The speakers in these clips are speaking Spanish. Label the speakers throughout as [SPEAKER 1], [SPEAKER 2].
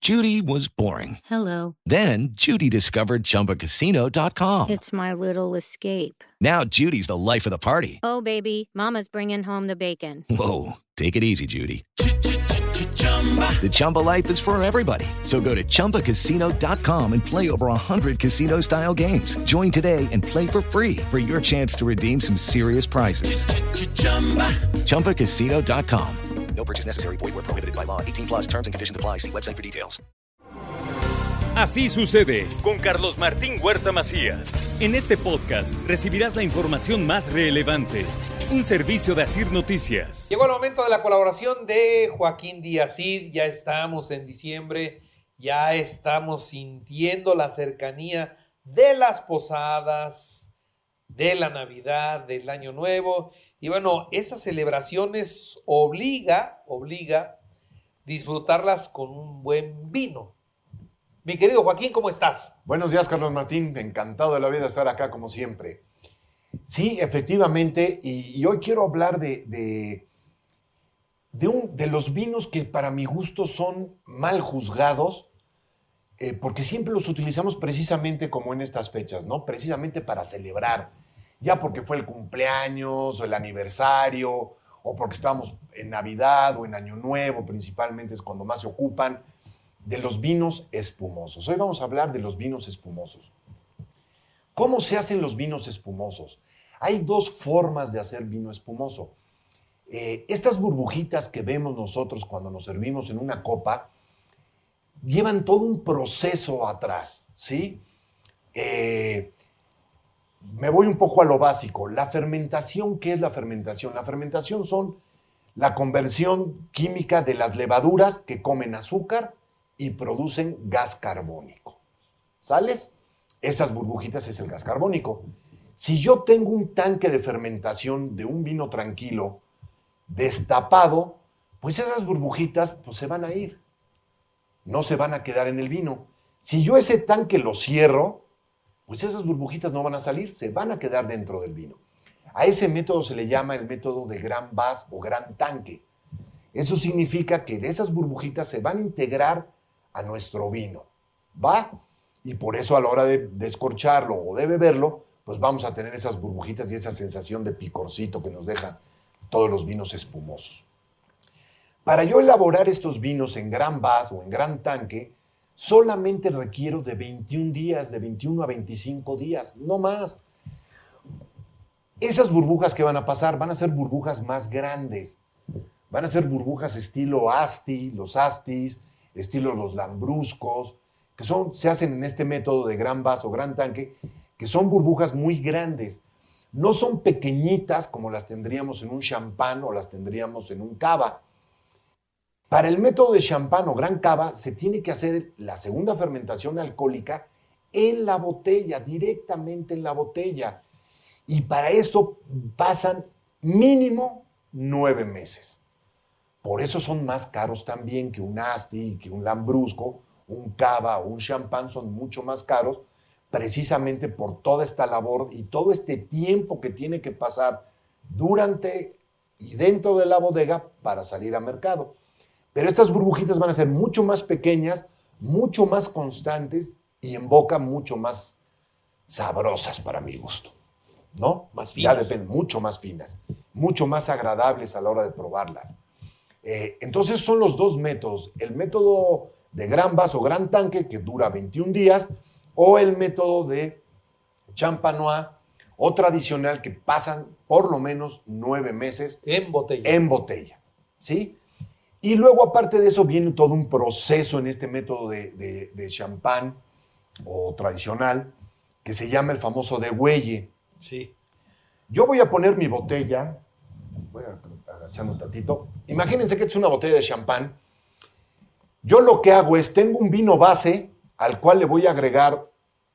[SPEAKER 1] Judy was boring.
[SPEAKER 2] Hello.
[SPEAKER 1] Then Judy discovered ChumbaCasino.com.
[SPEAKER 2] It's my little escape.
[SPEAKER 1] Now Judy's the life of the party.
[SPEAKER 2] Oh, baby, mama's bringing home the bacon.
[SPEAKER 1] Whoa, take it easy, Judy. The Chumba life is for everybody. So go to ChumbaCasino.com and play over 100 casino-style games. Join today and play for free for your chance to redeem some serious prizes. ChumbaCasino.com. No purchase necessary. Void where prohibited by law. 18 plus terms and conditions apply. See website for details.
[SPEAKER 3] Así sucede con Carlos Martín Huerta Macías. En este podcast recibirás la información más relevante. Un servicio de Asir Noticias.
[SPEAKER 4] Llegó el momento de la colaboración de Joaquín Díaz Cid. Ya estamos en diciembre, ya estamos sintiendo la cercanía de las posadas, de la Navidad, del Año Nuevo. Y bueno, esas celebraciones obliga disfrutarlas con un buen vino. Mi querido Joaquín, ¿cómo estás?
[SPEAKER 5] Buenos días, Carlos Martín. Encantado de la vida de estar acá, como siempre. Sí, efectivamente, y hoy quiero hablar de los vinos que para mi gusto son mal juzgados, porque siempre los utilizamos precisamente como en estas fechas, ¿no? Precisamente para celebrar, ya porque fue el cumpleaños o el aniversario, o porque estamos en Navidad o en Año Nuevo, principalmente es cuando más se ocupan, de los vinos espumosos. Hoy vamos a hablar de los vinos espumosos. ¿Cómo se hacen los vinos espumosos? Hay dos formas de hacer vino espumoso. Estas burbujitas que vemos nosotros cuando nos servimos en una copa llevan todo un proceso atrás, ¿sí? Me voy un poco a lo básico. La fermentación, ¿qué es la fermentación? La fermentación son la conversión química de las levaduras que comen azúcar y producen gas carbónico. ¿Sales? Esas burbujitas es el gas carbónico. Si yo tengo un tanque de fermentación de un vino tranquilo, destapado, pues esas burbujitas pues, se van a ir. No se van a quedar en el vino. Si yo ese tanque lo cierro, pues esas burbujitas no van a salir, se van a quedar dentro del vino. A ese método se le llama el método de gran vas o gran tanque. Eso significa que esas burbujitas se van a integrar a nuestro vino. ¿Va? Y por eso a la hora de descorcharlo o de beberlo, pues vamos a tener esas burbujitas y esa sensación de picorcito que nos deja todos los vinos espumosos. Para yo elaborar estos vinos en gran vas o en gran tanque, solamente requiero de 21 días, de 21 a 25 días, no más. Esas burbujas que van a pasar van a ser burbujas más grandes. Van a ser burbujas estilo Asti, los Astis, estilo los Lambruscos, que se hacen en este método de gran vas o gran tanque, que son burbujas muy grandes. No son pequeñitas como las tendríamos en un champán o las tendríamos en un cava. Para el método de champán o gran cava se tiene que hacer la segunda fermentación alcohólica en la botella, directamente en la botella. Y para eso pasan mínimo 9 meses. Por eso son más caros también que un Asti, que un Lambrusco, un cava o un champán son mucho más caros, precisamente por toda esta labor y todo este tiempo que tiene que pasar durante y dentro de la bodega para salir a mercado. Pero estas burbujitas van a ser mucho más pequeñas, mucho más constantes y en boca mucho más sabrosas para mi gusto, ¿no?
[SPEAKER 4] Más finas.
[SPEAKER 5] Ya depende, mucho más finas, mucho más agradables a la hora de probarlas. Entonces son los dos métodos, el método de gran vas o gran tanque que dura 21 días o el método de champanois o tradicional que pasan por lo menos 9 meses
[SPEAKER 4] En botella.
[SPEAKER 5] en botella, ¿sí? Y luego, aparte de eso, viene todo un proceso en este método de champán o tradicional que se llama el famoso degüelle.
[SPEAKER 4] Sí.
[SPEAKER 5] Yo voy a poner mi botella, voy a agacharme un tantito. Imagínense que es una botella de champán. Yo lo que hago es, tengo un vino base al cual le voy a agregar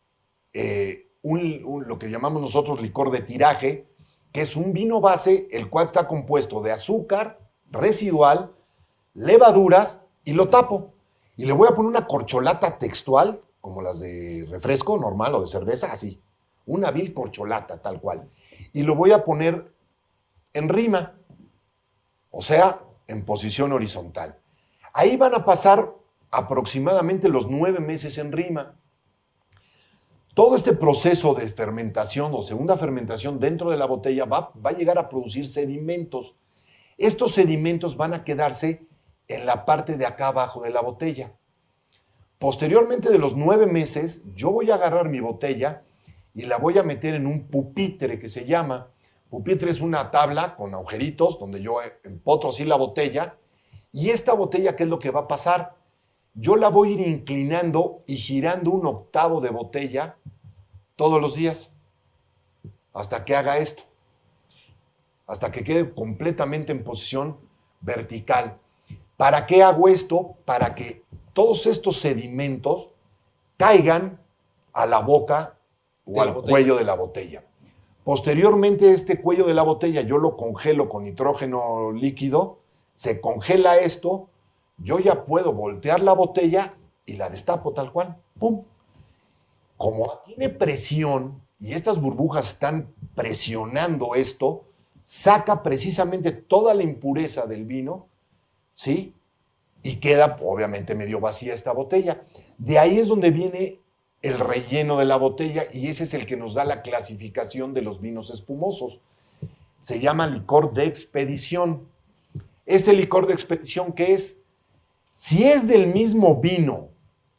[SPEAKER 5] lo que llamamos nosotros licor de tiraje, que es un vino base el cual está compuesto de azúcar residual, levaduras y lo tapo. Y le voy a poner una corcholata textual, como las de refresco normal o de cerveza, así. Una vil corcholata, tal cual. Y lo voy a poner en rima, o sea, en posición horizontal. Ahí van a pasar aproximadamente los 9 meses en rima. Todo este proceso de fermentación o segunda fermentación dentro de la botella va a llegar a producir sedimentos. Estos sedimentos van a quedarse en la parte de acá abajo de la botella. Posteriormente de los 9 meses, yo voy a agarrar mi botella y la voy a meter en un pupitre que se llama. Pupitre es una tabla con agujeritos donde yo empotro así la botella. Y esta botella, ¿qué es lo que va a pasar? Yo la voy a ir inclinando y girando 1/8 de botella todos los días hasta que haga esto, hasta que quede completamente en posición vertical. ¿Para qué hago esto? Para que todos estos sedimentos caigan a la boca o al cuello de la botella. Posteriormente, este cuello de la botella yo lo congelo con nitrógeno líquido, se congela esto, yo ya puedo voltear la botella y la destapo tal cual. ¡Pum! Como tiene presión y estas burbujas están presionando esto, saca precisamente toda la impureza del vino, ¿sí? Y queda obviamente medio vacía esta botella. De ahí es donde viene el relleno de la botella y ese es el que nos da la clasificación de los vinos espumosos. Se llama licor de expedición. Este licor de expedición, ¿qué es? Si es del mismo vino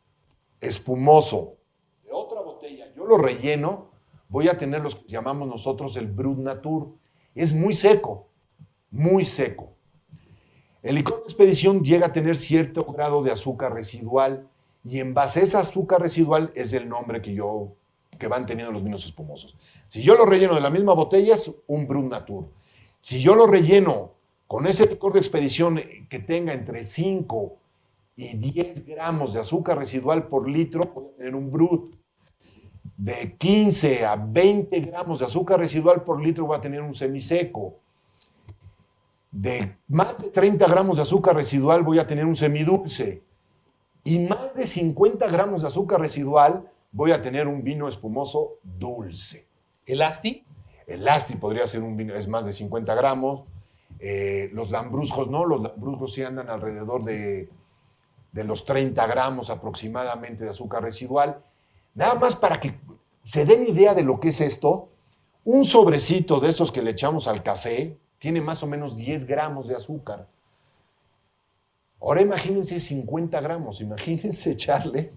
[SPEAKER 5] espumoso de otra botella, yo lo relleno, voy a tener los que llamamos nosotros el Brut Natur. Es muy seco, muy seco. El licor de expedición llega a tener cierto grado de azúcar residual y en base a ese azúcar residual es el nombre que van teniendo los vinos espumosos. Si yo lo relleno de la misma botella es un Brut Natur. Si yo lo relleno con ese licor de expedición que tenga entre 5 y 10 gramos de azúcar residual por litro, voy a tener un Brut. De 15 a 20 gramos de azúcar residual por litro voy a tener un semiseco. De más de 30 gramos de azúcar residual voy a tener un semidulce. Y más de 50 gramos de azúcar residual voy a tener un vino espumoso dulce.
[SPEAKER 4] ¿El Asti?
[SPEAKER 5] El Asti podría ser un vino, es más de 50 gramos. Los lambruscos no, los lambruscos sí andan alrededor de los 30 gramos aproximadamente de azúcar residual. Nada más para que se den idea de lo que es esto, un sobrecito de esos que le echamos al café tiene más o menos 10 gramos de azúcar. Ahora imagínense 50 gramos, imagínense echarle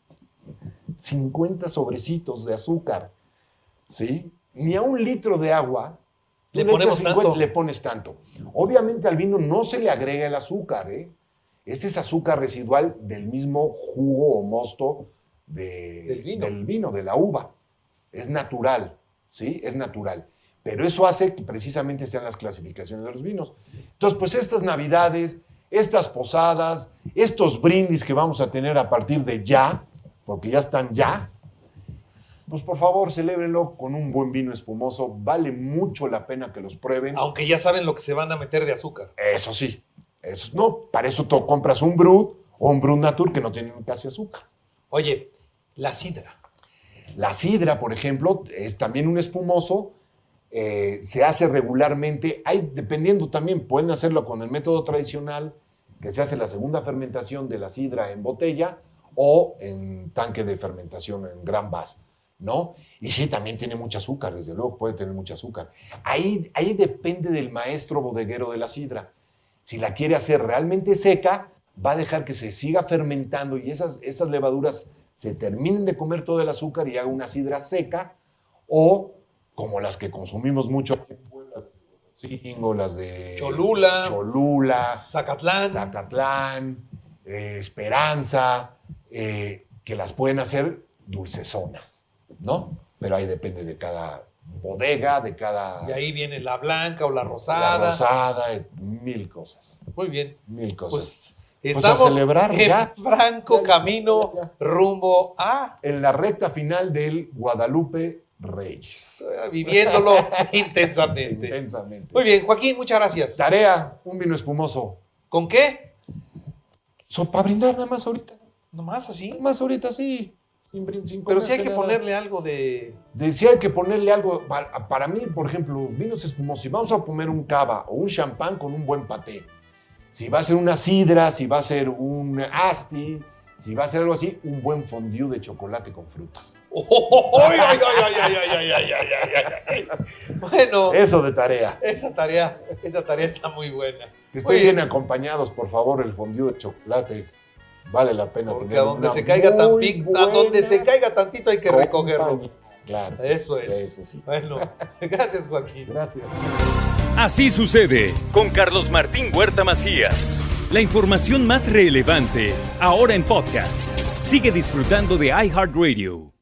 [SPEAKER 5] 50 sobrecitos de azúcar, ¿sí? Ni a un litro de agua
[SPEAKER 4] le
[SPEAKER 5] pones tanto. Obviamente al vino no se le agrega el azúcar, ¿eh? Este es azúcar residual del mismo jugo o mosto del vino, de la uva. Es natural, ¿sí? Es natural. Pero eso hace que precisamente sean las clasificaciones de los vinos. Entonces, pues estas navidades, estas posadas, estos brindis que vamos a tener a partir de ya, porque ya están ya, pues por favor, celébrenlo con un buen vino espumoso. Vale mucho la pena que los prueben.
[SPEAKER 4] Aunque ya saben lo que se van a meter de azúcar.
[SPEAKER 5] Eso sí. No, para eso tú compras un Brut o un Brut Natur que no tienen casi azúcar.
[SPEAKER 4] Oye, la sidra.
[SPEAKER 5] La sidra, por ejemplo, es también un espumoso. Se hace regularmente, dependiendo también, pueden hacerlo con el método tradicional, que se hace la segunda fermentación de la sidra en botella o en tanque de fermentación en gran vas, ¿no? Y sí, también tiene mucho azúcar, desde luego puede tener mucho azúcar. Ahí depende del maestro bodeguero de la sidra. Si la quiere hacer realmente seca, va a dejar que se siga fermentando y esas levaduras se terminen de comer todo el azúcar y haga una sidra seca, o como las que consumimos mucho en Puebla, las de Cholula, Zacatlán, Esperanza, que las pueden hacer dulcezonas, ¿no? Pero ahí depende de cada bodega, de cada...
[SPEAKER 4] Y ahí viene la blanca o la rosada.
[SPEAKER 5] La rosada, mil cosas.
[SPEAKER 4] Muy bien.
[SPEAKER 5] Mil cosas.
[SPEAKER 4] Pues estamos
[SPEAKER 5] a celebrar
[SPEAKER 4] en
[SPEAKER 5] ya.
[SPEAKER 4] franco camino rumbo a...
[SPEAKER 5] En la recta final del Guadalupe Reyes.
[SPEAKER 4] Viviéndolo intensamente.
[SPEAKER 5] Intensamente.
[SPEAKER 4] Muy bien, Joaquín, muchas gracias.
[SPEAKER 5] Tarea, un vino espumoso.
[SPEAKER 4] ¿Con qué?
[SPEAKER 5] Para brindar nada más ahorita.
[SPEAKER 4] ¿Nomás así?
[SPEAKER 5] Nada más ahorita, sí. Sin
[SPEAKER 4] pero sí hay que ponerle algo de...
[SPEAKER 5] Sí hay que ponerle algo. Para mí, por ejemplo, los vinos espumosos, si vamos a poner un cava o un champán con un buen paté, si va a ser una sidra, si va a ser un asti, Si va a hacer algo así, un buen fondue de chocolate con frutas.
[SPEAKER 4] Bueno.
[SPEAKER 5] Eso de tarea.
[SPEAKER 4] Esa tarea está muy buena.
[SPEAKER 5] Que estén bien acompañados, por favor, el fondue de chocolate. Vale la pena.
[SPEAKER 4] Porque a donde se caiga tantito hay que recogerlo.
[SPEAKER 5] Claro.
[SPEAKER 4] Eso es.
[SPEAKER 5] Eso sí.
[SPEAKER 4] Bueno, gracias, Joaquín.
[SPEAKER 5] Gracias.
[SPEAKER 3] Así sucede con Carlos Martín Huerta Macías. La información más relevante, ahora en podcast. Sigue disfrutando de iHeartRadio.